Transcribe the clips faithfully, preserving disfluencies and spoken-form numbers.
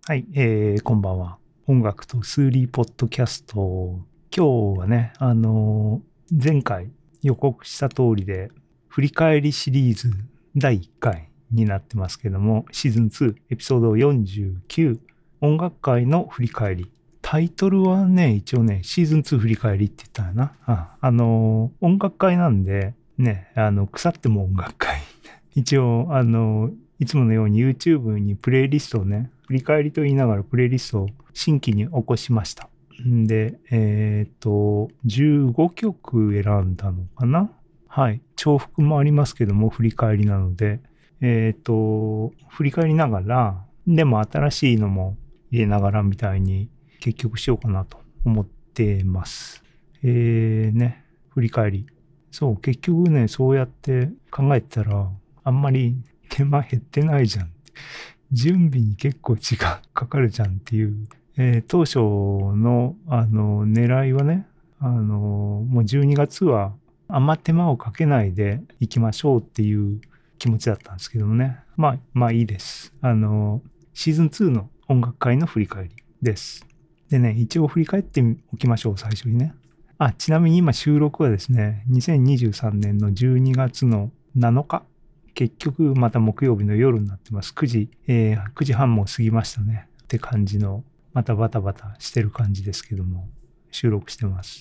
はい、えー、こんばんは。音楽と数理ポッドキャスト。今日はね、あのー前回予告した通りで、振り返りシリーズだいいっかいになってますけども、シーズンツーエピソードよんじゅうきゅう、音楽会の振り返り。タイトルはね、一応ね、シーズンツー振り返りって言ったんやな。あ、あのー音楽会なんで、ね、あの、腐っても音楽会。一応、あのーいつものように YouTube にプレイリストをね、振り返りと言いながらプレイリストを新規に起こしました。で、えっと、じゅうごきょく選んだのかな。はい。重複もありますけども、振り返りなので、えっと、振り返りながら、でも新しいのも入れながらみたいに結局しようかなと思ってます。えーね、振り返り。そう、結局ね、そうやって考えたら、あんまり手間減ってないじゃん。準備に結構時間かかるじゃんっていう。えー当初の、あの、狙いはね、あの、もうじゅうにがつはあんま手間をかけないで行きましょうっていう気持ちだったんですけどもね。まあ、まあいいです。あの、シーズンツーの音楽会の振り返りです。でね、一応振り返っておきましょう、最初にね。あ、ちなみに今収録はですね、にせんにじゅうさんねんのじゅうにがつのなのか。結局また木曜日の夜になってます。くじ、えー、くじはんも過ぎましたね。って感じの、またバタバタしてる感じですけども、収録してます。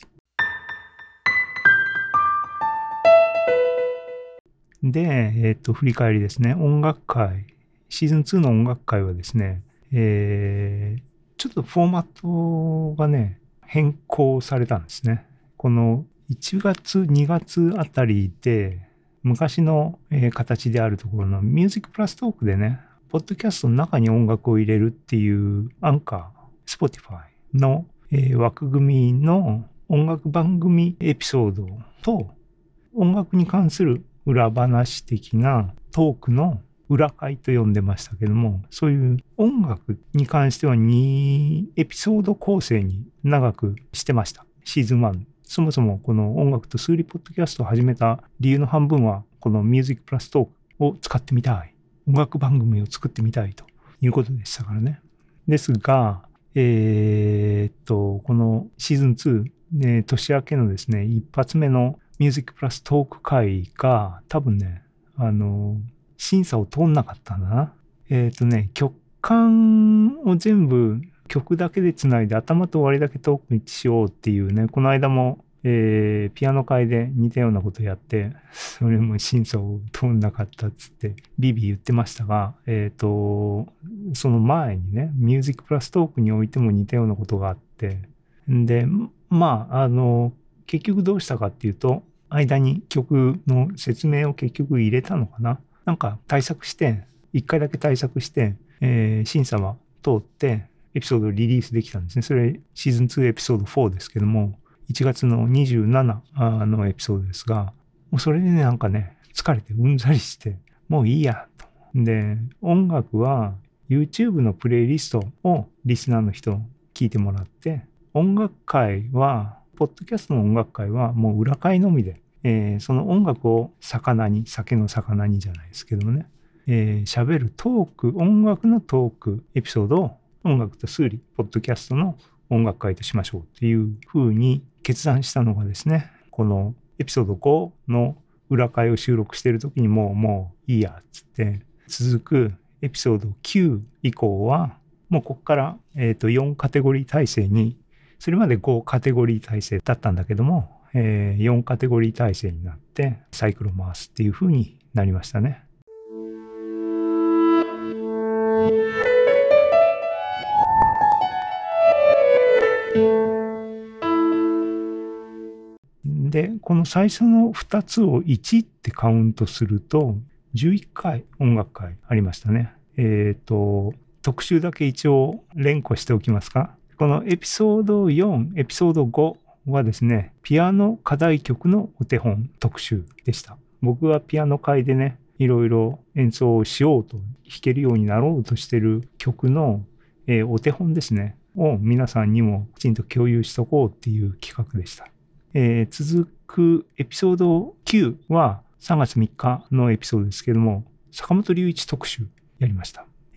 で、えっと、振り返りですね。音楽会、シーズンツーの音楽会はですね、えー、ちょっとフォーマットがね、変更されたんですね。このいちがつ、にがつあたりで、昔の、えー形であるところのミュージックプラストークでね、ポッドキャストの中に音楽を入れるっていうアンカー、Spotify の、えー枠組みの音楽番組エピソードと音楽に関する裏話的なトークの裏会と呼んでましたけども、そういう音楽に関してはにエピソード構成に長くしてました。シーズンワン。そもそもこの音楽と数理ポッドキャストを始めた理由の半分は、このミュージックプラストークを使ってみたい。音楽番組を作ってみたいということでしたからね。ですが、えーっと、このシーズンツー、ね、年明けのですね、一発目のミュージックプラストーク会が多分ね、あの、審査を通んなかったんだな。えーっとね、曲間を全部曲だけでつないで頭と終わりだけトークしようっていうね、この間も、えーピアノ会で似たようなことやって、それも審査を通んなかったっつって、ビビ言ってましたが、えっと、その前にね、ミュージックプラストークにおいても似たようなことがあって、で、まあ、あの、結局どうしたかっていうと、間に曲の説明を結局入れたのかな。なんか対策して、一回だけ対策して、えー審査は通って、エピソードをリリースできたんですね。それ、シーズンツーエピソードフォーですけども、いちがつのにじゅうしちのエピソードですが、もうそれでね、なんかね、疲れてうんざりして、もういいや、と。で、音楽は YouTube のプレイリストをリスナーの人聞いてもらって、音楽会は、ポッドキャストの音楽会はもう裏会のみで、えーその音楽を魚に、酒の魚にじゃないですけどもね、えー喋るトーク、音楽のトークエピソードを音楽と数理、ポッドキャストの音楽会としましょうっていう風に決断したのがですね、このエピソードごの裏会を収録している時にもう、もういいやっつって、続くエピソードきゅう以降は、もうここから、えーとよんカテゴリー体制に、それまでごカテゴリー体制だったんだけども、えーよんカテゴリー体制になってサイクルを回すっていう風になりましたね。で、この最初のふたつをいちってカウントすると、じゅういっかい音楽会ありましたね。えっと、特集だけ一応連呼しておきますか。このエピソードよん、エピソードごはですね、ピアノ課題曲のお手本特集でした。僕はピアノ会でね、いろいろ演奏をしようと、弾けるようになろうとしてる曲の、えーお手本ですね、を皆さんにもきちんと共有しとこうっていう企画でした。えー続くエピソードきゅうはさんがつみっかのエピソードですけども、坂本龍一特集やりました。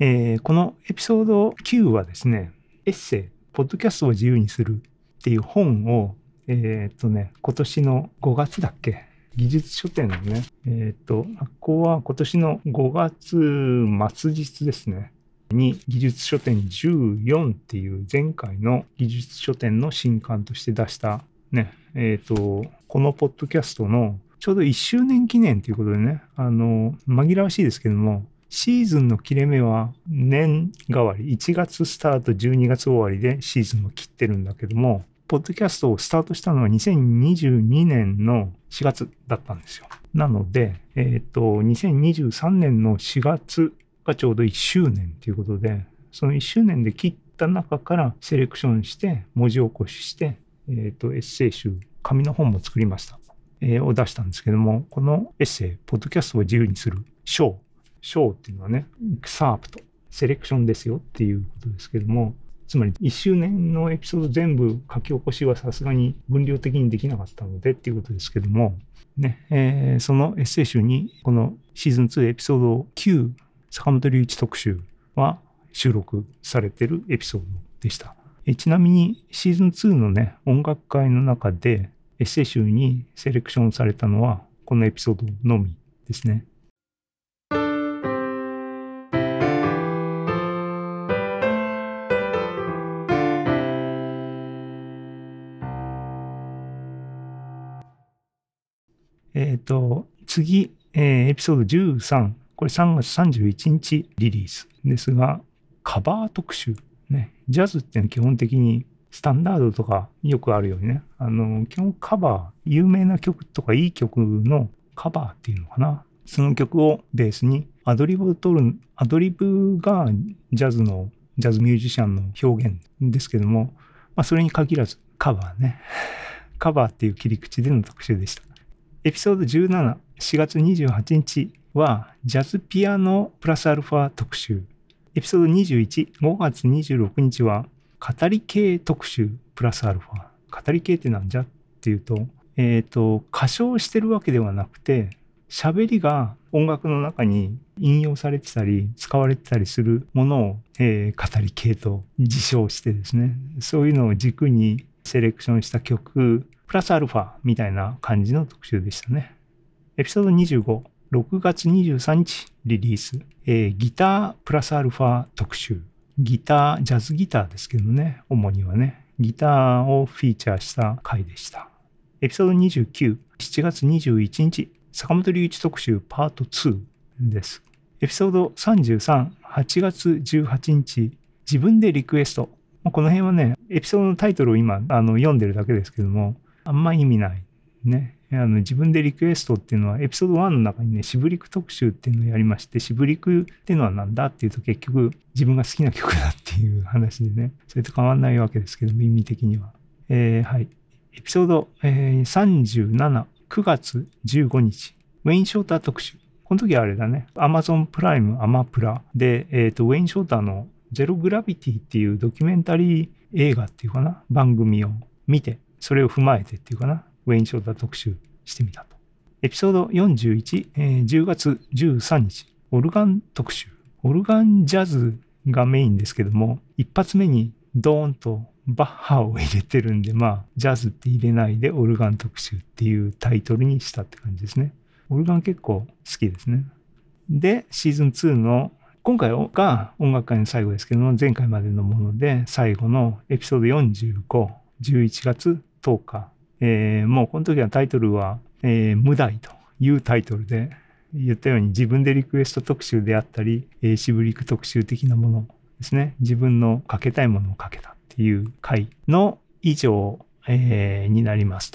えー、このエピソードきゅうはですね、エッセイ、ポッドキャストを自由にするっていう本を、えー、っとね、今年のごがつだっけ、技術書店のね、えー、っと、発行は今年のごがつ末日ですね、に技術書店じゅうよんっていう前回の技術書店の新刊として出したね、えー、っと、このポッドキャストのちょうどいっしゅうねん記念ということでね、あの、紛らわしいですけども、シーズンの切れ目は年替わり、いちがつスタート、じゅうにがつ終わりでシーズンを切ってるんだけども、ポッドキャストをスタートしたのはにせんにじゅうにねんのしがつだったんですよ。なので、えっと、にせんにじゅうさんねんのしがつがちょうどいっしゅうねんということで、そのいっしゅうねんで切った中からセレクションして、文字起こしして、えっと、エッセイ集、紙の本も作りました。えー、を出したんですけども、このエッセイ、ポッドキャストを自由にする章、章っていうのはね、サープとセレクションですよっていうことですけども、つまりいっしゅうねんのエピソード全部書き起こしはさすがに分量的にできなかったのでっていうことですけども、ね、えー、そのエッセイ集にこのシーズンツーエピソードきゅう、坂本龍一特集は収録されているエピソードでした。えちなみにシーズンツーのね、音楽会の中でエッセイ集にセレクションされたのはこのエピソードのみですね。えっと、次、えー、エピソードじゅうさん、これさんがつさんじゅういちにちリリースですが、カバー特集。ね、ジャズっていうのは基本的にスタンダードとかよくあるようにね、あの、基本カバー、有名な曲とかいい曲のカバーっていうのかな。その曲をベースにアドリブを取る、アドリブがジャズの、ジャズミュージシャンの表現ですけども、まあそれに限らずカバーね。カバーっていう切り口での特集でした。エピソードじゅうなな、しがつにじゅうはちにちはジャズピアノプラスアルファ特集。エピソードにじゅういち、ごがつにじゅうろくにちは語り系特集プラスアルファ。語り系ってなんじゃっていうと、えっと、歌唱してるわけではなくて、喋りが音楽の中に引用されてたり、使われてたりするものを、えー、語り系と自称してですね、そういうのを軸にセレクションした曲、プラスアルファみたいな感じの特集でしたね。エピソードにじゅうご、ろくがつにじゅうさんにちリリース、えー、ギタープラスアルファ特集。ギター、ジャズギターですけどね、主にはね、ギターをフィーチャーした回でした。エピソードにじゅうきゅう、しちがつにじゅういちにち、坂本龍一特集パートツーです。エピソードさんじゅうさん、はちがつじゅうはちにち、自分でリクエスト。この辺はね、エピソードのタイトルを今あの読んでるだけですけども、あんま意味ない。ね。あの自分でリクエストっていうのは、エピソードワンの中にね、シブリク特集っていうのをやりまして、シブリクっていうのはなんだっていうと結局自分が好きな曲だっていう話でね、それと変わんないわけですけども、意味的には。えー、はい。エピソード、えー、さんじゅうなな、くがつじゅうごにち、ウェイン・ショーター特集。この時はあれだね、Amazon プライム、アマプラで、えっと、ウェイン・ショーターのゼログラビティっていうドキュメンタリー映画っていうかな、番組を見て、それを踏まえてっていうかな、ウェイン・ショーター特集してみたと。エピソードよんじゅういち、えー、じゅうがつじゅうさんにち、オルガン特集。オルガンジャズがメインですけども、一発目にドーンとバッハを入れてるんで、まあ、ジャズって入れないでオルガン特集っていうタイトルにしたって感じですね。オルガン結構好きですね。で、シーズンツーの、今回が音楽会の最後ですけども、前回までのもので、最後のエピソードよんじゅうご、じゅういちがつとおか、えー、もうこの時はタイトルは、えー、無題というタイトルで、言ったように自分でリクエスト特集であったり、えー、シブリク特集的なものですね。自分のかけたいものをかけたっていう回の以上、えー、になりますと。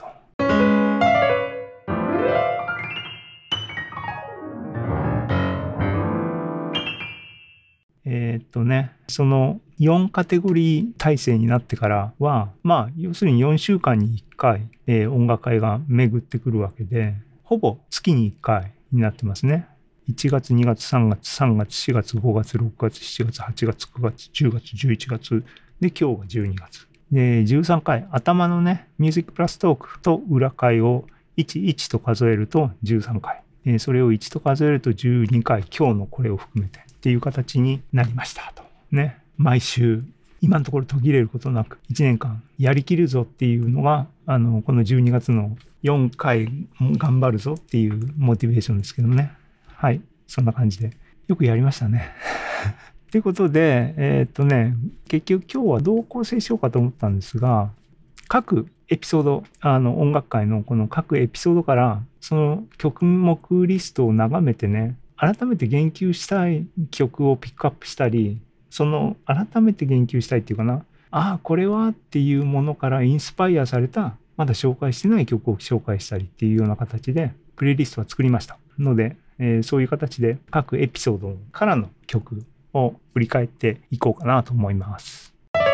えー、っとね、そのよんカテゴリー体制になってからは、まあ、要するによんしゅうかんにいっかい、えー、音楽会が巡ってくるわけで、ほぼ月にいっかいになってますね。いちがつ、にがつ、さんがつ、さんがつ、しがつ、ごがつ、ろくがつ、しちがつ、はちがつ、くがつ、じゅうがつ、じゅういちがつ、で、今日がじゅうにがつ。で、じゅうさんかい、頭のね、ミュージックプラストークと裏会をいち、いちと数えるとじゅうさんかい。えー、それをいちと数えるとじゅうにかい、今日のこれを含めて。 っていう形になりましたと。ね。毎週、今のところ途切れることなくいちねんかんやりきるぞっていうのが、あの、このじゅうにがつのよんかい頑張るぞっていうモチベーションですけどもね。はい。そんな感じで。よくやりましたね。ということで、えーっとね、結局今日はどう構成しようかと思ったんですが、各エピソード、あの音楽会のこの各エピソードからその曲目リストを眺めてね、改めて言及したい曲をピックアップしたり、その改めて言及したいっていうかな、ああ、これはっていうものからインスパイアされた、まだ紹介してない曲を紹介したりっていうような形で、プレイリストは作りました。ので、えー、そういう形で各エピソードからの曲を振り返っていこうかなと思います。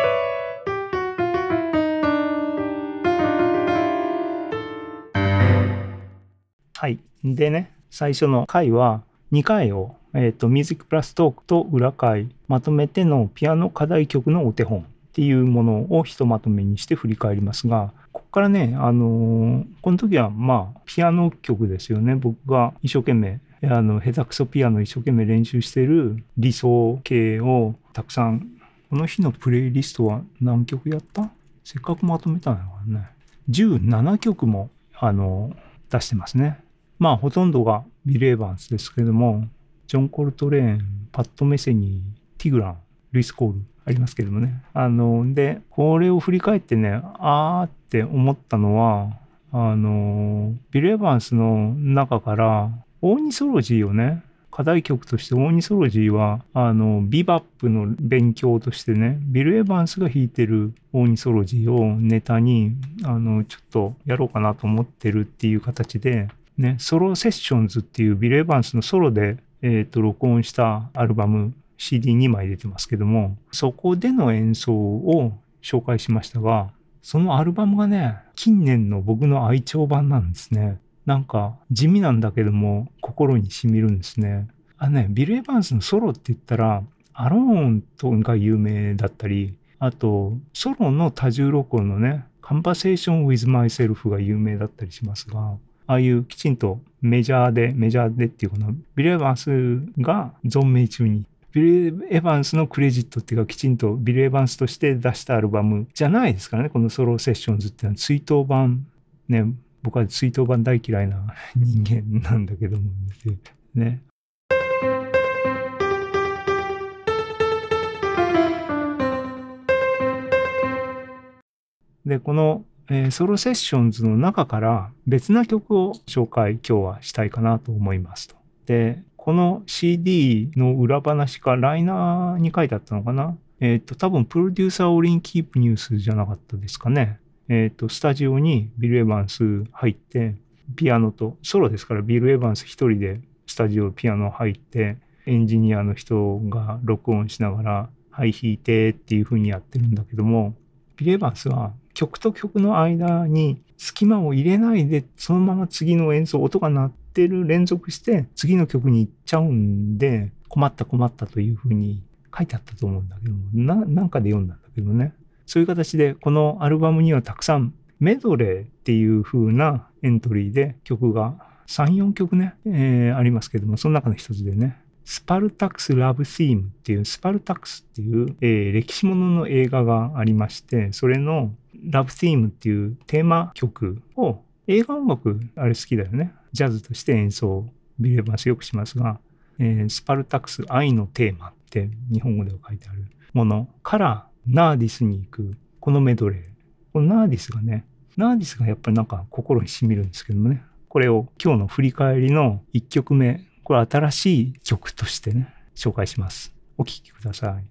はい。でね、最初の回はにかいを、えっと、ミュージックプラストークと裏回まとめてのピアノ課題曲のお手本っていうものをひとまとめにして振り返りますが、ここからね、あのー、この時はまあ、ピアノ曲ですよね。僕が一生懸命、あの、下手くそピアノ一生懸命練習してる理想系をたくさん、この日のプレイリストは何曲やった?せっかくまとめたのからね。じゅうななきょくも、あのー、出してますね。まあ、ほとんどがビル・エヴァンスですけれども、ジョン・コルトレーン、パット・メセニー、ティグラン、ルイス・コールありますけどもね。あの、で、これを振り返ってね、あーって思ったのは、あの、ビル・エヴァンスの中から、オーニソロジーをね、課題曲としてオーニソロジーは、あの、ビバップの勉強としてね、ビル・エヴァンスが弾いてるオーニソロジーをネタに、あの、ちょっとやろうかなと思ってるっていう形で、ね、ソロセッションズっていうビル・エヴァンスのソロで、えっと、録音したアルバム シーディーに 枚出てますけども、そこでの演奏を紹介しましたが、そのアルバムがね、近年の僕の愛聴版なんですね。なんか地味なんだけども心に染みるんですね。あのね、ビル・エヴァンスのソロって言ったら、アローンとが有名だったり、あとソロの多重録音のね、Conversation with Myself が有名だったりしますが、ああいうきちんとメジャーで、メジャーでっていうかな、ビル・エヴァンスが存命中に、ビル・エヴァンスのクレジットっていうかきちんとビル・エヴァンスとして出したアルバムじゃないですからね、このソロセッションズっていうのは追悼版、ね、僕は追悼版大嫌いな人間なんだけどもね。で、このえー、ソロセッションズの中から別な曲を紹介今日はしたいかなと思いますと。で、この シーディー の裏話かライナーに書いてあったのかな?えっと、多分プロデューサーオリンキープニュースじゃなかったですかね。えっと、スタジオにビル・エヴァンス入って、ピアノと、ソロですからビル・エヴァンス一人でスタジオピアノ入って、エンジニアの人が録音しながら、はい弾いてっていう風にやってるんだけども、ビル・エヴァンスは曲と曲の間に隙間を入れないでそのまま次の演奏音が鳴ってる連続して次の曲に行っちゃうんで困った困ったというふうに書いてあったと思うんだけども な, なんかで読んだんだけどね、そういう形でこのアルバムにはたくさんメドレーっていう風なエントリーで曲がさん、よんきょくね、えー、ありますけども、その中の一つでね、スパルタクス・ラブ・シームっていう、スパルタクスっていう、えー、歴史ものの映画がありまして、それのラブ・シームっていうテーマ曲を、映画音楽、あれ好きだよね。ジャズとして演奏、ビル・エヴァンスよくしますが、えー、スパルタクス愛のテーマって日本語では書いてあるものからナーディスに行く、このメドレー。このナーディスがね、ナーディスがやっぱりなんか心に染みるんですけどもね、これを今日の振り返りのいっきょくめ、これ新しい曲としてね、紹介します。お聴きください。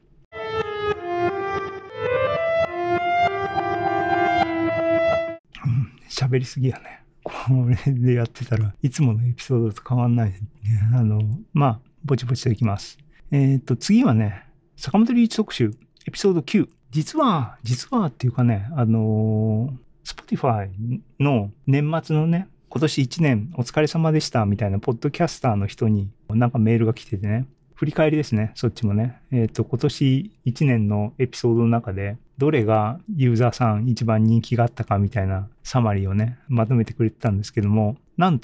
喋、うん、りすぎやね。これでやってたらいつものエピソードと変わんない、ね。あの、まあ、ぼちぼちといきます。えっと、次はね、坂本龍一特集、エピソードきゅう。実は、実はっていうかね、あの、Spotify の年末のね、今年いちねんお疲れ様でしたみたいなポッドキャスターの人になんかメールが来ててね、振り返りですね、そっちもね。えっと、今年いちねんのエピソードの中で、どれがユーザーさん一番人気があったかみたいなサマリーをね、まとめてくれてたんですけども、なんと、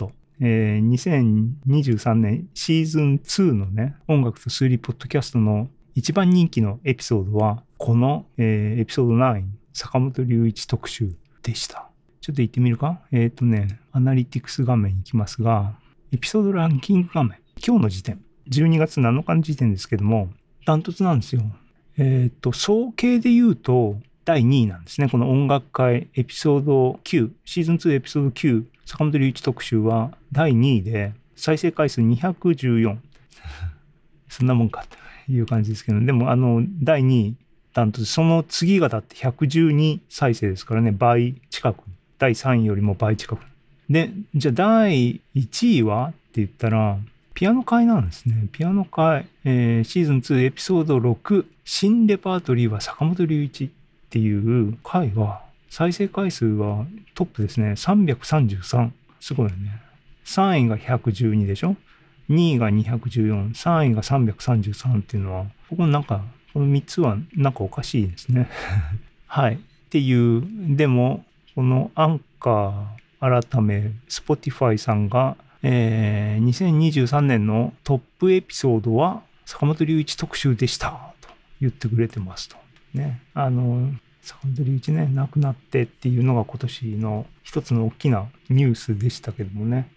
えー、にせんにじゅうさんねんシーズンツーのね、音楽と数理ポッドキャストの一番人気のエピソードは、この、えー、エピソードナイン、坂本龍一特集でした。ちょっと行ってみるか。えっとね、アナリティクス画面に行きますが、エピソードランキング画面、今日の時点、じゅうにがつなのかの時点ですけども、ダントツなんですよ。えっと、総計で言うと、だいにいなんですね。この音楽会エピソードきゅう、シーズンツーエピソードきゅう、坂本龍一特集はだいにいで、再生回数にひゃくじゅうよん。そんなもんかという感じですけど、でもあの、だいにい、ダントツ、その次がだってひゃくじゅうに再生ですからね、倍近く。だいさんいよりも倍近く。で、じゃあだいいちいはって言ったら、ピアノ会なんですね。ピアノ会、えー、シーズンツーエピソードろく、新レパートリーは坂本龍一っていう回は、再生回数はトップですね。さんびゃくさんじゅうさん。すごいよね。さんいがひゃくじゅうにでしょ ?に 位がにひゃくじゅうよん、さんいがさんびゃくさんじゅうさんっていうのは、ここなんか、このみっつはなんかおかしいですね。はい。っていう、でも、このアンカー改め、Spotify さんが、えー、にせんにじゅうさんねんのトップエピソードは坂本龍一特集でしたと言ってくれてますと。ね。あの、坂本龍一ね、亡くなってっていうのが今年の一つの大きなニュースでしたけどもね。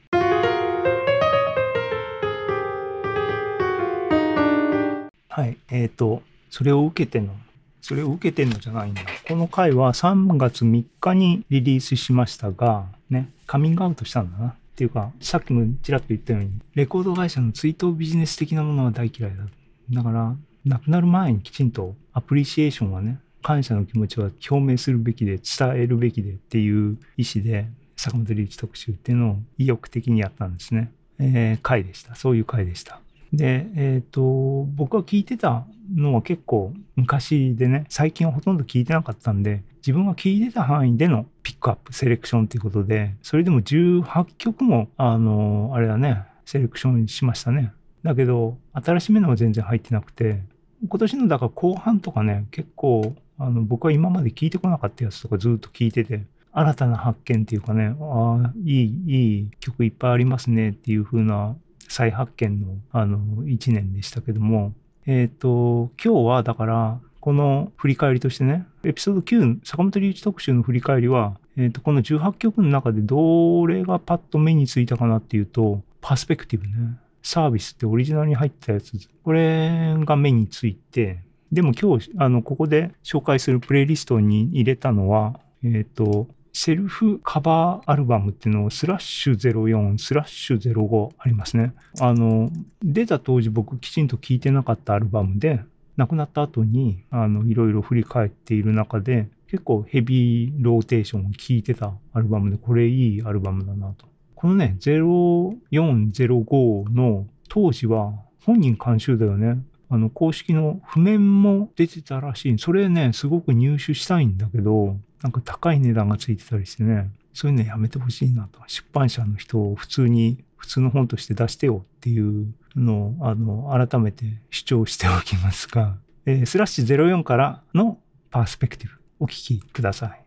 はい。えっと、それを受けての、それを受けてんのじゃないんだ。この回はさんがつみっかにリリースしましたが、ね、カミングアウトしたんだな。っていうか、さっきもちらっと言ったように、レコード会社の追悼ビジネス的なものは大嫌いだ。だから、亡くなる前にきちんとアプリシエーションはね、感謝の気持ちは表明するべきで、伝えるべきでっていう意思で、坂本龍一特集っていうのを意欲的にやったんですね。えー、回でした。そういう回でした。で、えっと、僕が聞いてたのは結構昔でね、最近はほとんど聞いてなかったんで、自分が聞いてた範囲でのピックアップ、セレクションということで、それでもじゅうはっきょくも、あの、あれだね、セレクションしましたね。だけど、新しめのは全然入ってなくて、今年のだから後半とかね、結構、あの、僕は今まで聞いてこなかったやつとかずっと聞いてて、新たな発見っていうかね、ああ、いい、いい曲いっぱいありますねっていう風な再発見の、あの、一年でしたけども、えっと、今日はだから、この振り返りとしてね、エピソードきゅう、坂本龍一特集の振り返りは、えっと、このじゅうはっきょくの中でどれがパッと目についたかなっていうと、パースペクティブね。サービスってオリジナルに入ってたやつ。これが目について、でも今日、あの、ここで紹介するプレイリストに入れたのは、えっと、セルフカバーアルバムっていうのをスラッシュゼロよん、スラッシュゼロごありますね。あの、出た当時僕きちんと聴いてなかったアルバムで、亡くなった後に、あの、いろいろ振り返っている中で、結構ヘビーローテーションを聴いてたアルバムで、これいいアルバムだなと。このね、ゼロよんゼロごの当時は本人監修だよね。あの、公式の譜面も出てたらしい。それね、すごく入手したいんだけど、なんか高い値段がついてたりしてね、そういうのやめてほしいなと。出版社の人を普通に、普通の本として出してよっていうのを、あの、改めて主張しておきますが、えー、スラッシュゼロよんからのパースペクティブ、お聞きください。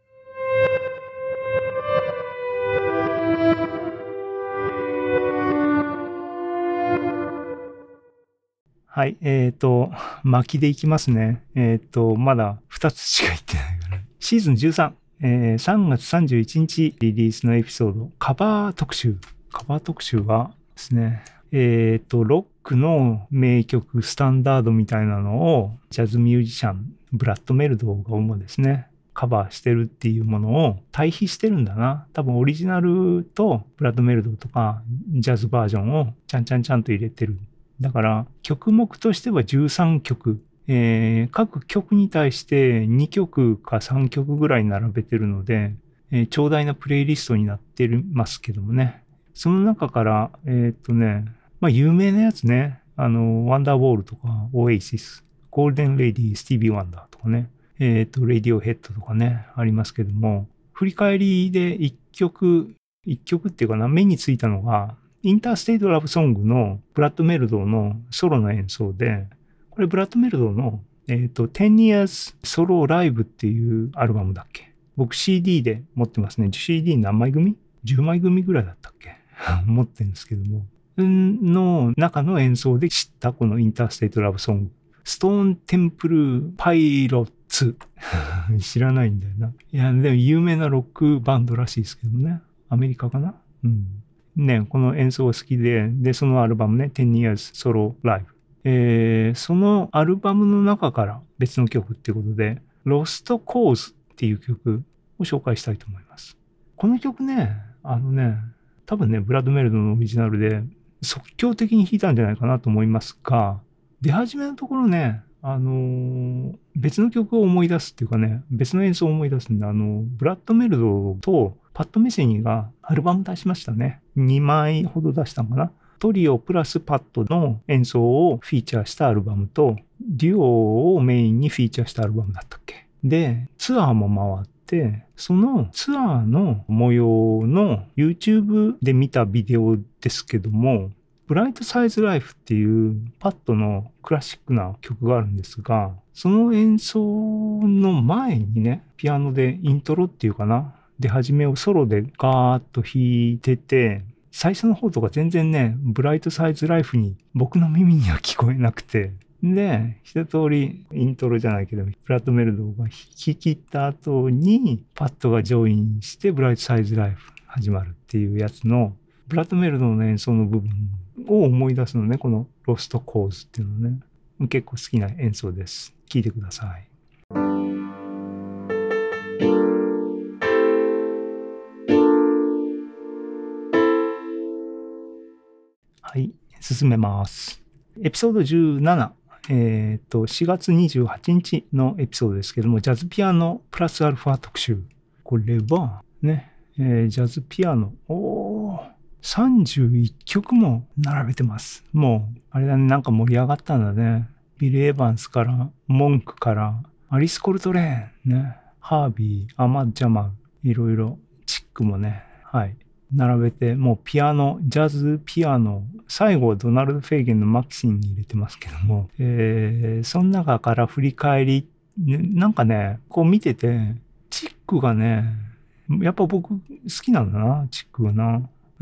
はい、えっと、巻きでいきますね。えっと、まだふたつしか言ってないから。シーズンじゅうさん、えー、さんがつさんじゅういちにちリリースのエピソード、カバー特集。カバー特集はですね、えっと、ロックの名曲、スタンダードみたいなのを、ジャズミュージシャン、ブラッド・メルドが主ですね、カバーしてるっていうものを対比してるんだな。多分オリジナルとブラッド・メルドとかジャズバージョンをちゃんちゃんちゃんと入れてる。だから曲目としてはじゅうさんきょく、えー、各曲に対してにきょくかさんきょくぐらい並べてるので、えー、長大なプレイリストになってますけどもね。その中から、えー、っとね、まあ有名なやつね、あの、ワンダーボールとか、オエイシス、ゴールデンレディ、スティービー・ワンダーとかね、えー、っと、レディオヘッドとかね、ありますけども、振り返りでいっきょく、いっきょくっていうかな、目についたのが、インターステイトラブソングのブラッド・メルドーのソロの演奏で、これブラッド・メルドーの、えっと、テン years ソロライブっていうアルバムだっけ？僕 シーディー で持ってますね。シーディー 何枚組 ?じゅう 枚組ぐらいだったっけ思ってるんですけども、の中の演奏で知ったこのインターステイトラブソング。ストーンテンプルパイロッツ。知らないんだよな。いや、でも有名なロックバンドらしいですけどね。アメリカかな。うん。ね、この演奏が好きで、で、そのアルバムね、テン years Solo Live。えー、そのアルバムの中から別の曲っていうことで、Lost Cause っていう曲を紹介したいと思います。この曲ね、あのね、多分ね、ブラッドメルドのオリジナルで即興的に弾いたんじゃないかなと思いますが、出始めのところね、あのー、別の曲を思い出すっていうかね、別の演奏を思い出すんで、あの、ブラッドメルドとパッド・メセニーがアルバム出しましたね。にまいほど出したのかな。トリオプラスパッドの演奏をフィーチャーしたアルバムと、デュオをメインにフィーチャーしたアルバムだったっけ。で、ツアーも回って、そのツアーの模様の YouTube で見たビデオですけども、ブライトサイズライフっていうパッドのクラシックな曲があるんですが、その演奏の前にね、ピアノでイントロっていうかな、で、初めをソロでガーッと弾いてて、最初の方とか全然ね、ブライトサイズライフに僕の耳には聞こえなくて、で、一通りイントロじゃないけど、ブラッドメルドが弾き切った後に、パッドがジョインしてブライトサイズライフ始まるっていうやつの、ブラッドメルドの演奏の部分を思い出すのね、このロストコーズっていうのね。結構好きな演奏です。聴いてください。はい、進めます。エピソードじゅうなな、えっと、しがつにじゅうはちにちのエピソードですけども、ジャズピアノプラスアルファ特集。これは、ね、えー、ジャズピアノ、おー、さんじゅういっきょくも並べてます。もう、あれだね、なんか盛り上がったんだね。ビル・エヴァンスから、モンクから、アリス・コルトレーン、ね、ハービー、アマ・ジャマル、いろいろ、チックもね、はい。並べて、もうピアノ、ジャズピアノ、最後はドナルド・フェーゲンのマキシンに入れてますけども、えー、その中から振り返り、ね、なんかね、こう見てて、チックがね、やっぱ僕好きなんだな、チックがな。うん、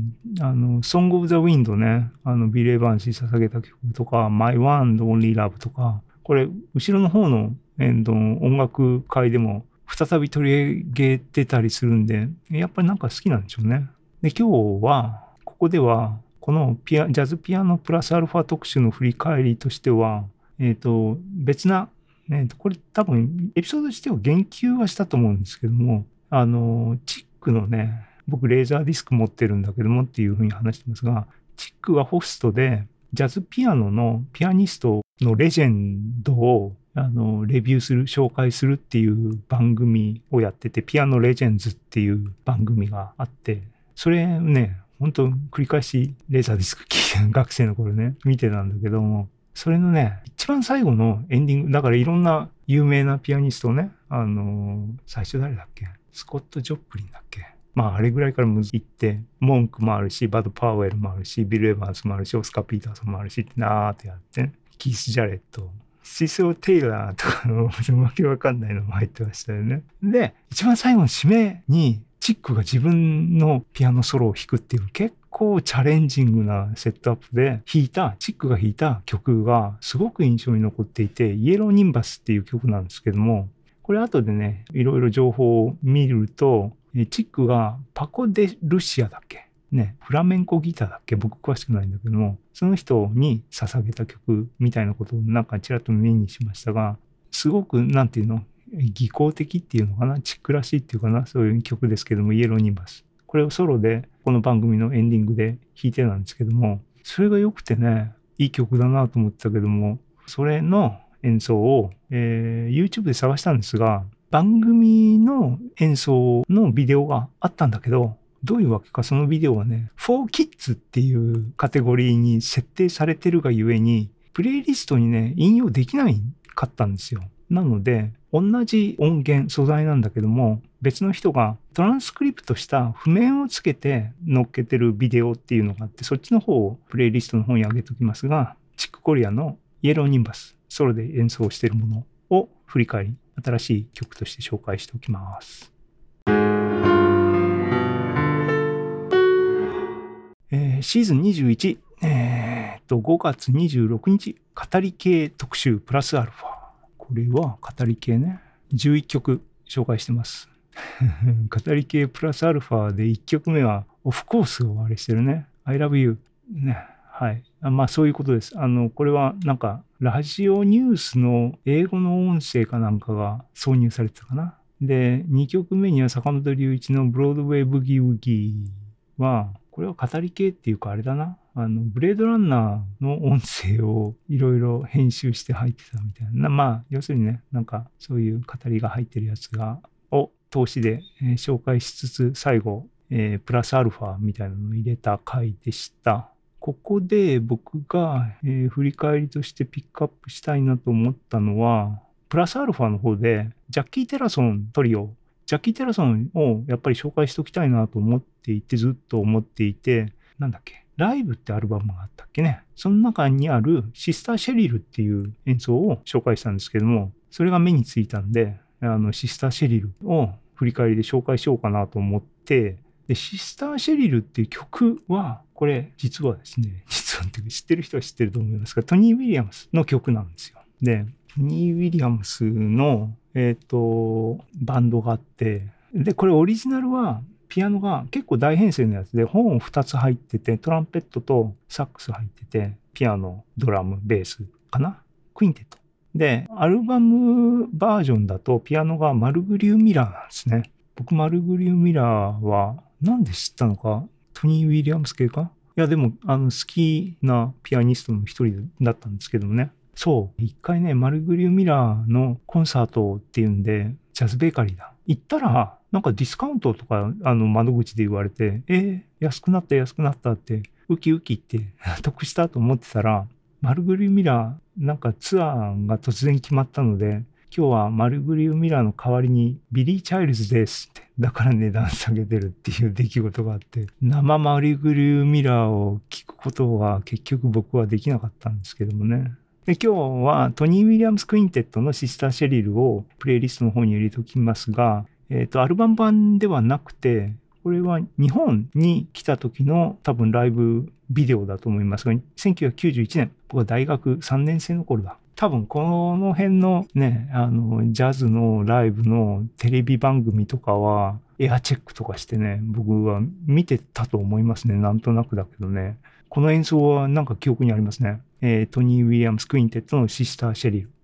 あの、Song of the Wind ね、あの、ビレー・バンシー捧げた曲とか、My One and Only Love とか、これ、後ろの方のエンドの音楽会でも、再び取り上げてたりするんで、やっぱりなんか好きなんでしょうね。で、今日は、ここでは、このピア、ジャズピアノプラスアルファ特集の振り返りとしては、えっと、別な、ね、これ多分、エピソードとしては言及はしたと思うんですけども、あの、チックのね、僕レーザーディスク持ってるんだけどもっていうふうに話してますが、チックはホストで、ジャズピアノのピアニストのレジェンドをあの、レビューする、紹介するっていう番組をやってて、ピアノレジェンズっていう番組があって、それね、本当繰り返しレーザーディスク聞いて、学生の頃ね、見てたんだけども、それのね、一番最後のエンディング、だからいろんな有名なピアニストをね、あの、最初誰だっけ？スコット・ジョプリンだっけ？まあ、あれぐらいからも行って、モンクもあるし、バド・パウエルもあるし、ビル・エヴァンスもあるし、オスカー・ピーターソンもあるしってなーってやって、キース・ジャレット、シソ・テイラーとかのわけわかんないのも入ってましたよね。で、一番最後の締めに、チックが自分のピアノソロを弾くっていう結構チャレンジングなセットアップで弾いた、チックが弾いた曲がすごく印象に残っていて、イエロー・ニンバスっていう曲なんですけども、これ後でね、いろいろ情報を見ると、チックがパコ・デ・ルシアだっけね、フラメンコギターだっけ僕詳しくないんだけども、その人に捧げた曲みたいなことをなんかちらっと目にしましたが、すごくなんていうの、技巧的っていうのかな、チックらしいっていうかな、そういう曲ですけども、イエローニンバス。これをソロで、この番組のエンディングで弾いてたんですけども、それが良くてね、いい曲だなと思ってたけども、それの演奏を、えー、YouTube で探したんですが、番組の演奏のビデオがあったんだけど、どういうわけかそのビデオはね、フォーキッズっていうカテゴリーに設定されてるがゆえに、プレイリストにね、引用できないかったんですよ。なので、同じ音源、素材なんだけども、別の人がトランスクリプトした譜面をつけて載っけてるビデオっていうのがあって、そっちの方をプレイリストの方に上げておきますが、チックコリアのイエローニンバス、ソロで演奏しているものを振り返り、新しい曲として紹介しておきます。 えー、シーズンにじゅういち、えー、とごがつにじゅうろくにち、語り系特集プラスアルファ。これは語り系ね。じゅういっきょく紹介してます。語り系プラスアルファでいっきょくめは、オフコースをあれしてるね。I love you。ね。はい。まあそういうことです。あの、これはなんか、ラジオニュースの英語の音声かなんかが挿入されてたかな。で、にきょくめには坂本龍一のブロードウェイブギウギは、これは語り系っていうかあれだな。あの、ブレードランナーの音声をいろいろ編集して入ってたみたいな。まあ、要するにね、なんかそういう語りが入ってるやつが、を通しで、えー、紹介しつつ、最後、えー、プラスアルファみたいなのを入れた回でした。ここで僕が、えー、振り返りとしてピックアップしたいなと思ったのは、プラスアルファの方で、ジャッキー・テラソントリオ、ジャッキー・テラソンをやっぱり紹介しておきたいなと思っていて、ずっと思っていて、なんだっけ、ライブってアルバムがあったっけね。その中にあるシスター・シェリルっていう演奏を紹介したんですけども、それが目についたんで、あのシスター・シェリルを振り返りで紹介しようかなと思って、で、シスター・シェリルっていう曲は、これ実はですね、実は知ってる人は知ってると思いますが、トニー・ウィリアムスの曲なんですよ。で、トニー・ウィリアムスの、えっと、バンドがあって、で、これオリジナルは、ピアノが結構大編成のやつで、本ふたつ入ってて、トランペットとサックス入ってて、ピアノ、ドラム、ベースかな？クインテット。で、アルバムバージョンだと、ピアノがマルグリュー・ミラーなんですね。僕、マルグリュー・ミラーは、なんで知ったのか、トニー・ウィリアムス系か？いや、でも、あの、好きなピアニストの一人だったんですけどもね。そう。一回ね、マルグリュー・ミラーのコンサートっていうんで、ジャズベーカリーだ。行ったら、なんかディスカウントとか、あの、窓口で言われて、えー、安くなった安くなったって、ウキウキって得したと思ってたら、マルグリュー・ミラー、なんかツアーが突然決まったので、今日はマルグリュー・ミラーの代わりにビリー・チャイルズですって、だから値段下げてるっていう出来事があって、生マルグリュー・ミラーを聞くことは結局僕はできなかったんですけどもね。で、今日はトニー・ウィリアムス・クインテットのシスター・シェリルをプレイリストの方に入れておきますが、えっと、アルバム版ではなくて、これは日本に来た時の多分ライブビデオだと思いますが、せんきゅうひゃくきゅうじゅういちねん、僕は大学さんねん生の頃だ。多分この辺のね、あの、ジャズのライブのテレビ番組とかは、エアチェックとかしてね、僕は見てたと思いますね。なんとなくだけどね。この演奏はなんか記憶にありますね。えー、トニー・ウィリアムス・クインテットのシスター・シェリル。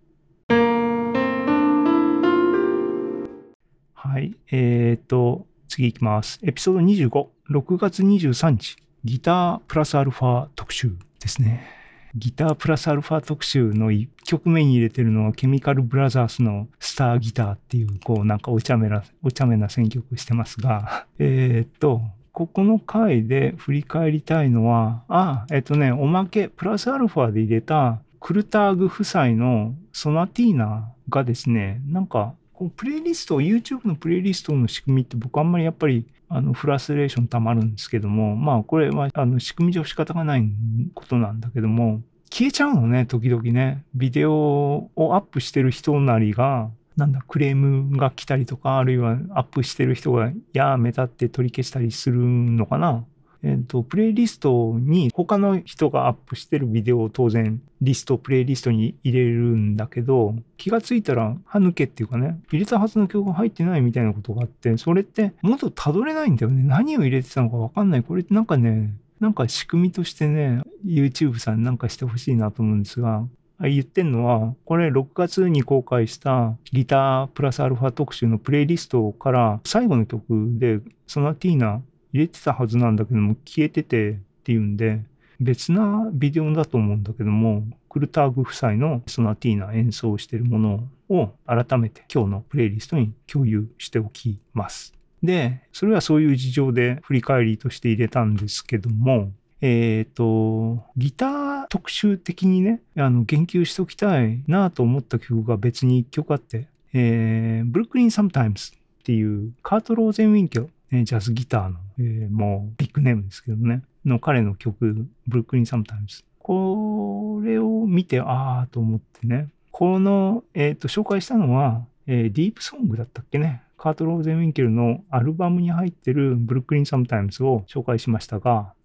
はい。えっと、次行きます。エピソードにじゅうご、ろくがつにじゅうさんにち、ギタープラスアルファ特集ですね。ギタープラスアルファ特集のいっきょくめに入れてるのはケミカルブラザースのスターギターっていう、こうなんかお茶目な、お茶目な選曲してますが、えっと、ここの回で振り返りたいのは、あ、えっとね、おまけ、プラスアルファで入れたクルターグ夫妻のソナティーナがですね、なんか、プレイリスト、YouTube のプレイリストの仕組みって僕あんまりやっぱりあのフラストレーションたまるんですけども、まあこれはあの仕組み上仕方がないことなんだけども、消えちゃうのね、時々ね。ビデオをアップしてる人なりが、なんだ、クレームが来たりとか、あるいはアップしてる人がやめたって取り消したりするのかな。えっと、プレイリストに他の人がアップしてるビデオを当然リスト、プレイリストに入れるんだけど、気がついたら歯抜けっていうかね、入れたはずの曲が入ってないみたいなことがあって、それってもっとたどれないんだよね。何を入れてたのかわかんない。これってなんかね、なんか仕組みとしてね、YouTube さんなんかしてほしいなと思うんですが、言ってんのは、これろくがつに公開したギタープラスアルファ特集のプレイリストから最後の曲でソナティーナ入れてたはずなんだけども消えててっていうんで、別なビデオだと思うんだけども、クルターグ夫妻のソナティーナ演奏しているものを改めて今日のプレイリストに共有しておきます。で、それはそういう事情で振り返りとして入れたんですけども、えっと、ギター特集的にね、あの、言及しておきたいなと思った曲が別に一曲あって、えー、ブルックリン・サムタイムズっていうカート・ローゼンウィンケル、ジャズギターの、えー、もうビッグネームですけどね、の彼の曲、ブルックリン・サムタイムズ。これを見て、あーと思ってね、この、えっと、紹介したのは、えー、ディープソングだったっけね。カート・ローゼンウィンケルのアルバムに入ってるブルックリン・サムタイムズを紹介しましたが、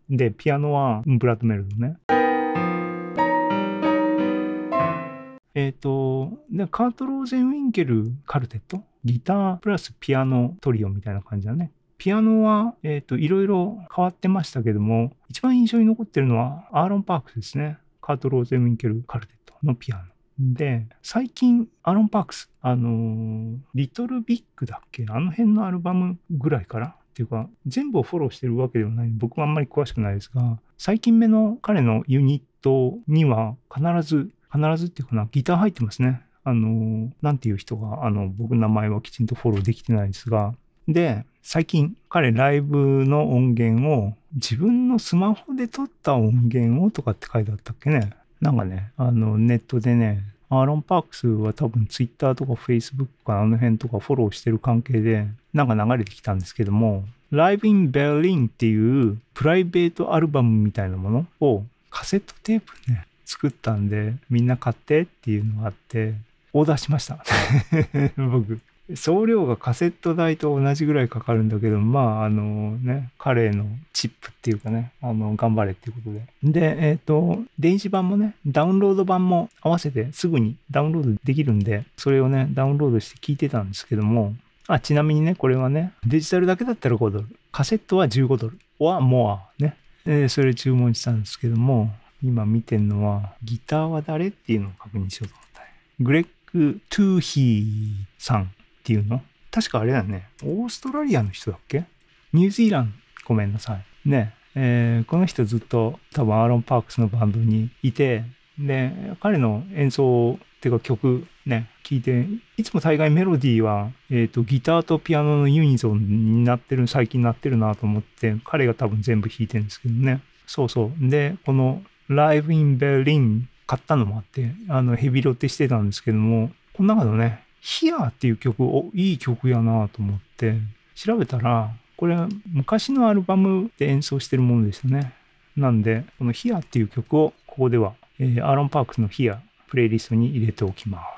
で、ピアノはブラッドメルドね。えっと、で、カート・ローゼンウィンケルカルテット、ギタープラスピアノトリオみたいな感じだね。ピアノは、えっと、いろいろ変わってましたけども、一番印象に残ってるのはアーロン・パークスですね。カート・ローゼンウィンケルカルテットのピアノ。で、最近、アーロン・パークス、あのー、リトル・ビッグだっけ、あの辺のアルバムぐらいからっていうか、全部をフォローしてるわけではない。僕はあんまり詳しくないですが、最近目の彼のユニットには必ず、必ずっていうかな、ギター入ってますね。あのー、なんていう人が、あの、僕の名前はきちんとフォローできてないですが、で、最近彼ライブの音源を自分のスマホで撮った音源をとかって書いてあったっけね。なんかね、あのネットでね、アーロン・パークスは多分ツイッターとかフェイスブックかあの辺とかフォローしてる関係でなんか流れてきたんですけども、Live in Berlin っていうプライベートアルバムみたいなものをカセットテープね、作ったんでみんな買ってっていうのがあってオーダーしました。僕。送料がカセット代と同じぐらいかかるんだけど、まあ、あのね、彼のチップっていうかね、あの、頑張れっていうことで。で、えっと、電子版もね、ダウンロード版も合わせてすぐにダウンロードできるんで、それをね、ダウンロードして聞いてたんですけども、あ、ちなみにね、これはね、デジタルだけだったらごドル、カセットはじゅうごドル、はモアね、えー、それ注文したんですけども、今見てんのは、ギターは誰っていうのを確認しようと思った。グレッグ・トゥーヒーさん。っていうの確かあれだね。オーストラリアの人だっけ？ニュージーランド。ごめんなさい。ね、えー、この人ずっと多分アーロン・パークスのバンドにいて、で、彼の演奏っていうか曲ね、聴いて、いつも大概メロディーは、えっと、ギターとピアノのユニゾンになってる、最近なってるなと思って、彼が多分全部弾いてるんですけどね。そうそう。で、この Live in Berlin 買ったのもあって、あの、ヘビロテしてたんですけども、この中のね、ヒアっていう曲をいい曲やなと思って調べたら、これ昔のアルバムで演奏してるものでしたね。なんでこのヒアっていう曲をここでは、えー、アーロン・パークスのヒアプレイリストに入れておきます。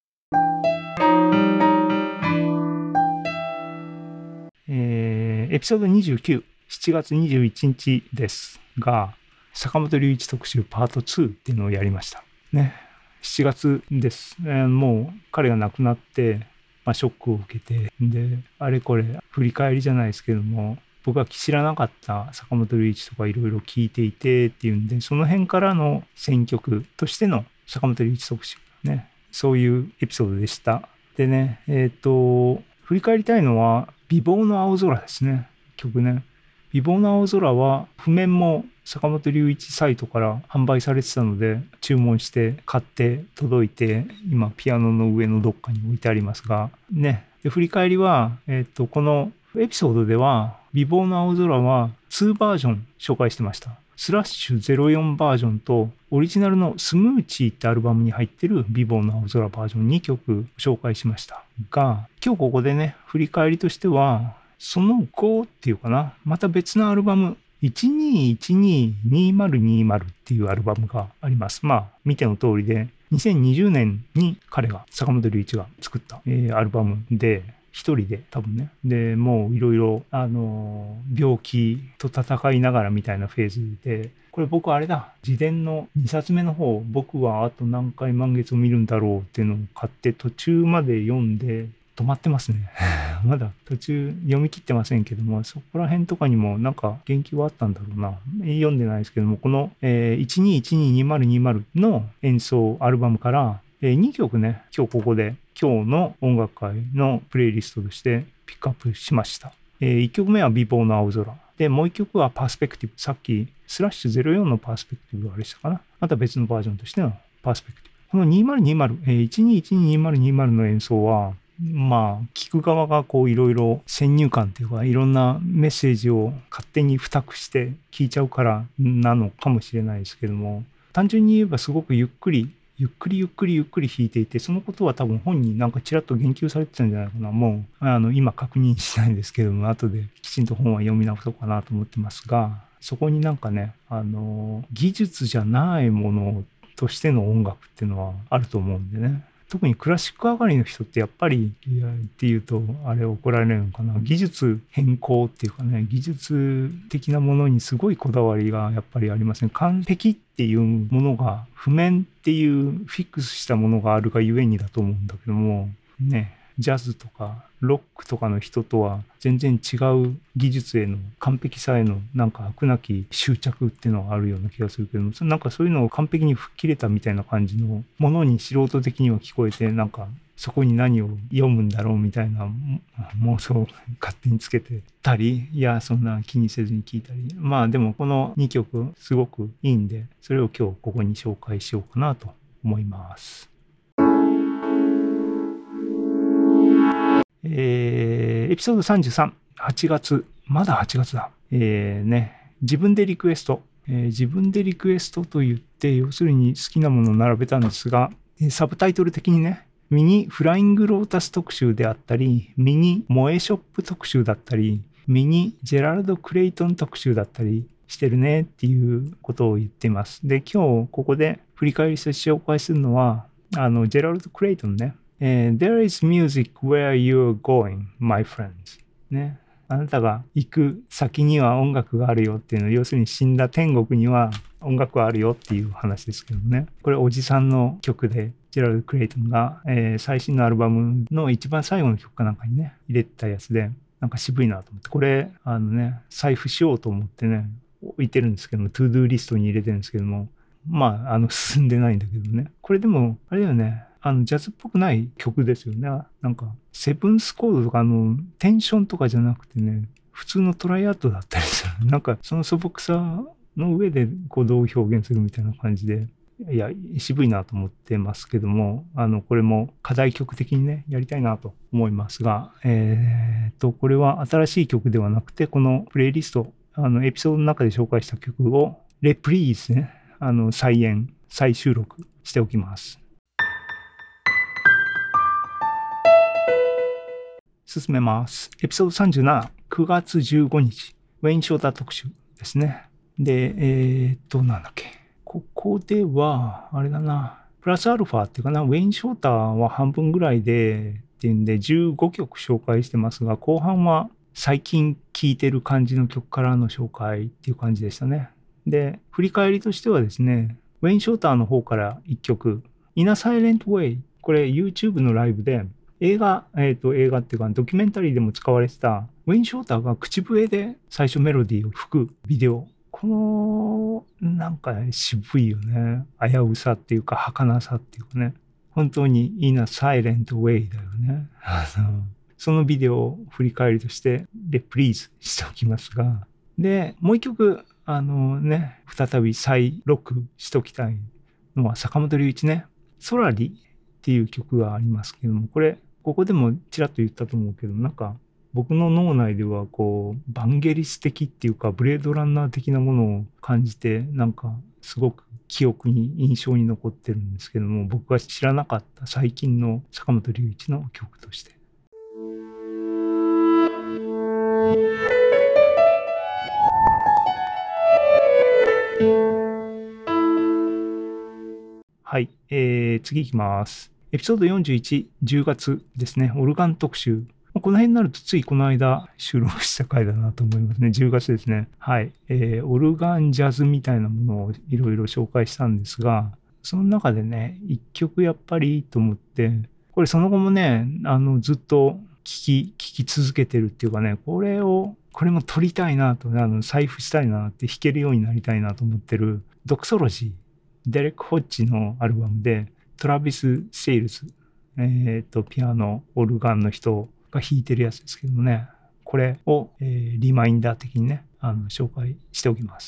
えー、エピソードにじゅうきゅう、しちがつにじゅういちにちですが、坂本龍一特集パートツーっていうのをやりましたね。しちがつです、えー、もう彼が亡くなって、まあ、ショックを受けて、であれこれ振り返りじゃないですけども、僕は知らなかった坂本龍一とかいろいろ聞いていてっていうんで、その辺からの選曲としての坂本龍一特集ね、そういうエピソードでした。でね、えっと振り返りたいのは美貌の青空ですね。曲ね。美貌の青空は譜面も坂本龍一サイトから販売されてたので注文して買って届いて、今ピアノの上のどっかに置いてありますがね。で振り返りは、えっとこのエピソードでは美貌の青空はにバージョン紹介してました。スラッシュゼロよんバージョンとオリジナルのスムーチーってアルバムに入ってる美貌の青空バージョンにきょく紹介しましたが、今日ここでね振り返りとしてはその後っていうかな、また別のアルバムいちにいちににまるにまるっていうアルバムがあります。まあ見ての通りでにせんにじゅうねんに彼が坂本龍一が作った、えー、アルバムで、一人で多分ね、でもういろいろあの病気と戦いながらみたいなフェーズで、これ僕あれだ、自伝のにさつめの方、僕はあと何回満月を見るんだろうっていうのを買って途中まで読んで止まってますね。まだ途中読み切ってませんけども、そこら辺とかにもなんか言及はあったんだろうな。読んでないですけども、この、えー、いちにいちににまるにまるの演奏アルバムから、えー、にきょくね、今日ここで今日の音楽会のプレイリストとしてピックアップしました。えー、いっきょくめは美貌の青空。で、もういっきょくはパースペクティブ。さっきスラッシュゼロよんのパースペクティブがあれしたかな。また別のバージョンとしてのパースペクティブ。このにまるにまる、えー、いちにいちににまるにまるの演奏は、まあ聞く側がこういろいろ先入観というかいろんなメッセージを勝手に付託して聞いちゃうからなのかもしれないですけども、単純に言えばすごくゆっくりゆっくりゆっくりゆっくり弾いていて、そのことは多分本になんかちらっと言及されてたんじゃないかな。もうあの今確認しないんですけども、後できちんと本は読み直そうかなと思ってますが、そこになんかね、あの技術じゃないものとしての音楽っていうのはあると思うんでね。 特にクラシック上がりの人ってやっぱり、いやっていうとあれ怒られるのかな、技術変更っていうかね、技術的なものにすごいこだわりがやっぱりありますね。完璧っていうものが譜面っていうフィックスしたものがあるがゆえにだと思うんだけどもね、ジャズとかロックとかの人とは全然違う技術への完璧さへのなんか飽くなき執着っていうのがあるような気がするけども、なんかそういうのを完璧に吹っ切れたみたいな感じのものに素人的には聞こえて、なんかそこに何を読むんだろうみたいな妄想を勝手につけてたり、いやそんな気にせずに聞いたり、まあでもこのにきょくすごくいいんで、それを今日ここに紹介しようかなと思います。えー、エピソードさんじゅうさん、はちがつ、まだはちがつだ。えー、ね、自分でリクエスト、えー。自分でリクエストと言って、要するに好きなものを並べたんですが、サブタイトル的にね、ミニフライングロータス特集であったり、ミニモエショップ特集だったり、ミニジェラルド・クレイトン特集だったりしてるねっていうことを言っています。で、今日ここで振り返りして紹介するのは、あの、ジェラルド・クレイトンね。There is music where you're going, my friends. ね。あなたが行く先には音楽があるよっていうのは、要するに死んだ天国には音楽があるよっていう話ですけどね。これおじさんの曲で、ジェラルド・クレイトンが、えー、最新のアルバムの一番最後の曲かなんかにね、入れてたやつで、なんか渋いなと思って、これ、あのね、財布しようと思ってね、置いてるんですけども、トゥードゥーリストに入れてるんですけども、まあ、あの、進んでないんだけどね。これでも、あれだよね。あのジャズっぽくない曲ですよね。なんかセブンスコードとかあのテンションとかじゃなくてね、普通のトライアウトだったりする。なんかその素朴さの上でこうどう表現するみたいな感じで、いや渋いなと思ってますけども、あのこれも課題曲的にねやりたいなと思いますが、えー、っとこれは新しい曲ではなくて、このプレイリスト、あのエピソードの中で紹介した曲をレプリーズね、あの再演再収録しておきます。進めます。エピソードさんじゅうなな、くがつじゅうごにち、ウェイン・ショーター特集ですね。で、えー、っと、なんだっけ。ここでは、あれだな、プラスアルファっていうかな、ウェイン・ショーターは半分ぐらいで、っていうんで、じゅうごきょく紹介してますが、後半は最近聴いてる感じの曲からの紹介っていう感じでしたね。で、振り返りとしてはですね、ウェイン・ショーターの方からいっきょく、In a Silent Way、これ YouTube のライブで、映画、えっと、映画っていうか、ドキュメンタリーでも使われてた、ウェイン・ショーターが口笛で最初メロディーを吹くビデオ。この、なんか、ね、渋いよね。危うさっていうか、儚さっていうかね。本当に In a Silent Way だよね。そのビデオを振り返りとして、レプリーズしておきますが。で、もう一曲、あのね、再び再録しときたいのは、坂本龍一ね。ソラリっていう曲がありますけども、これ、ここでもちらっと言ったと思うけど、なんか僕の脳内ではこうバンゲリス的っていうかブレードランナー的なものを感じて、なんかすごく記憶に印象に残ってるんですけども、僕が知らなかった最近の坂本龍一の曲として。はい、えー、次いきます。エピソードよんじゅういち、じゅうがつですね、オルガン特集。この辺になるとついこの間収録した回だなと思いますね。じゅうがつですね。はい。えー、オルガンジャズみたいなものをいろいろ紹介したんですが、その中でね、一曲やっぱりいいと思って、これその後もね、あの、ずっと聴き、聴き続けてるっていうかね、これを、これも撮りたいなと、あの、財布したいなって弾けるようになりたいなと思ってる、ドクソロジー、デレック・ホッジのアルバムで、トラビス・セイルズ、えっと、ピアノ、オルガンの人が弾いてるやつですけどもね、これを、えー、リマインダー的にね、あの、紹介しておきます。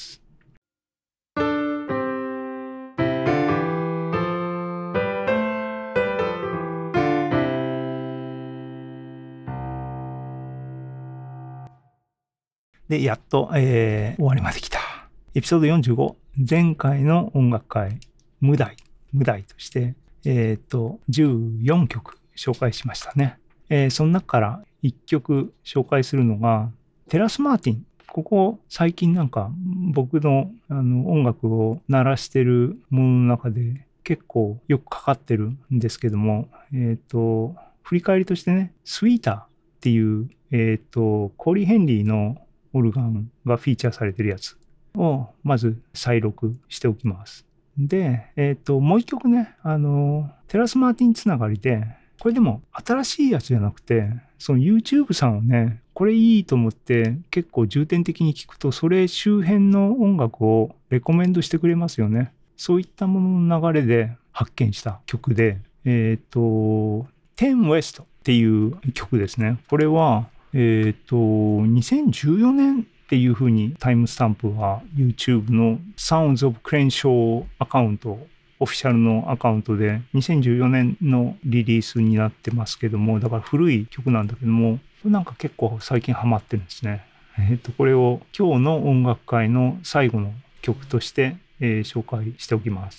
で、やっと、えー、終わりまで来た。エピソードよんじゅうご、前回の音楽会、無題、無題として、えっと、じゅうよんきょく紹介しましたね。えー、その中からいっきょく紹介するのが、テラス・マーティン。ここ最近なんか僕のあの音楽を鳴らしてるものの中で結構よくかかってるんですけども、えっと、振り返りとしてね、スイーターっていう、えっと、コーリー・ヘンリーのオルガンがフィーチャーされてるやつをまず再録しておきます。で、えっと、もう一曲ね、あの、テラス・マーティンつながりで、これでも新しいやつじゃなくて、その YouTube さんをね、これいいと思って結構重点的に聞くと、それ周辺の音楽をレコメンドしてくれますよね。そういったものの流れで発見した曲で、えっと、テン West っていう曲ですね。これは、えっと、にせんじゅうよねんっていう風にタイムスタンプは YouTube の Sounds of Crenshaw アカウント、オフィシャルのアカウントでにせんじゅうよねんのリリースになってますけども、だから古い曲なんだけども、これなんか結構最近ハマってるんですね。えっと、これを今日の音楽会の最後の曲として、えー、紹介しておきます。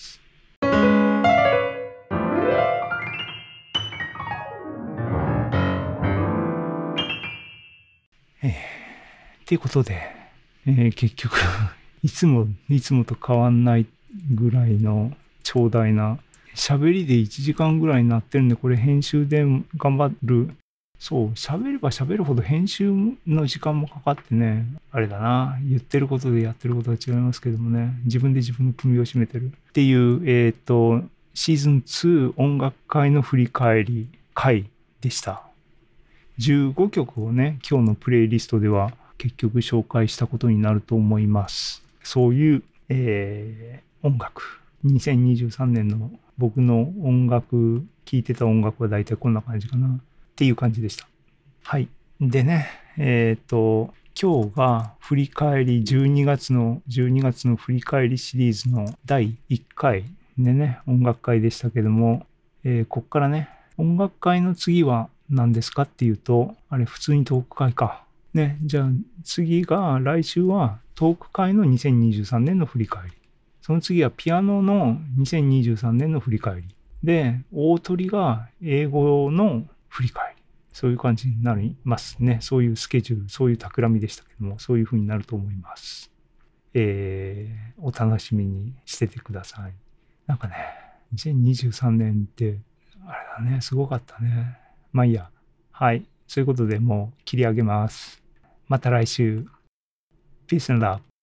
えー、っていうことで、えー、結局いつもいつもと変わんないぐらいの長大な喋りでいちじかんぐらいになってるんで、これ編集で頑張る。そう、喋れば喋るほど編集の時間もかかってね、あれだな、言ってることでやってることは違いますけどもね、自分で自分の首を絞めてるっていう、えっと、シーズンツー音楽会の振り返り会でした。じゅうごきょくをね、今日のプレイリストでは結局紹介したことになると思います。そういう、えー、音楽。にせんにじゅうさんねんの僕の音楽、聴いてた音楽は大体こんな感じかなっていう感じでした。はい。でね、えっと、今日が振り返り、じゅうにがつの、じゅうにがつの振り返りシリーズのだいいっかいでね、音楽会でしたけども、えー、こっからね、音楽会の次は何ですかっていうと、あれ普通にトーク会か。ね、じゃあ次が、来週はトーク会のにせんにじゅうさんねんの振り返り。その次はピアノのにせんにじゅうさんねんの振り返り。で、大鳥が英語の振り返り。そういう感じになりますね。そういうスケジュール、そういう企みでしたけども、そういう風になると思います。えー、お楽しみにしててください。なんかね、にせんにじゅうさんねんって、あれだね、すごかったね。まあいいや。はい。そういうことでもう切り上げます。また来週。Peace and love.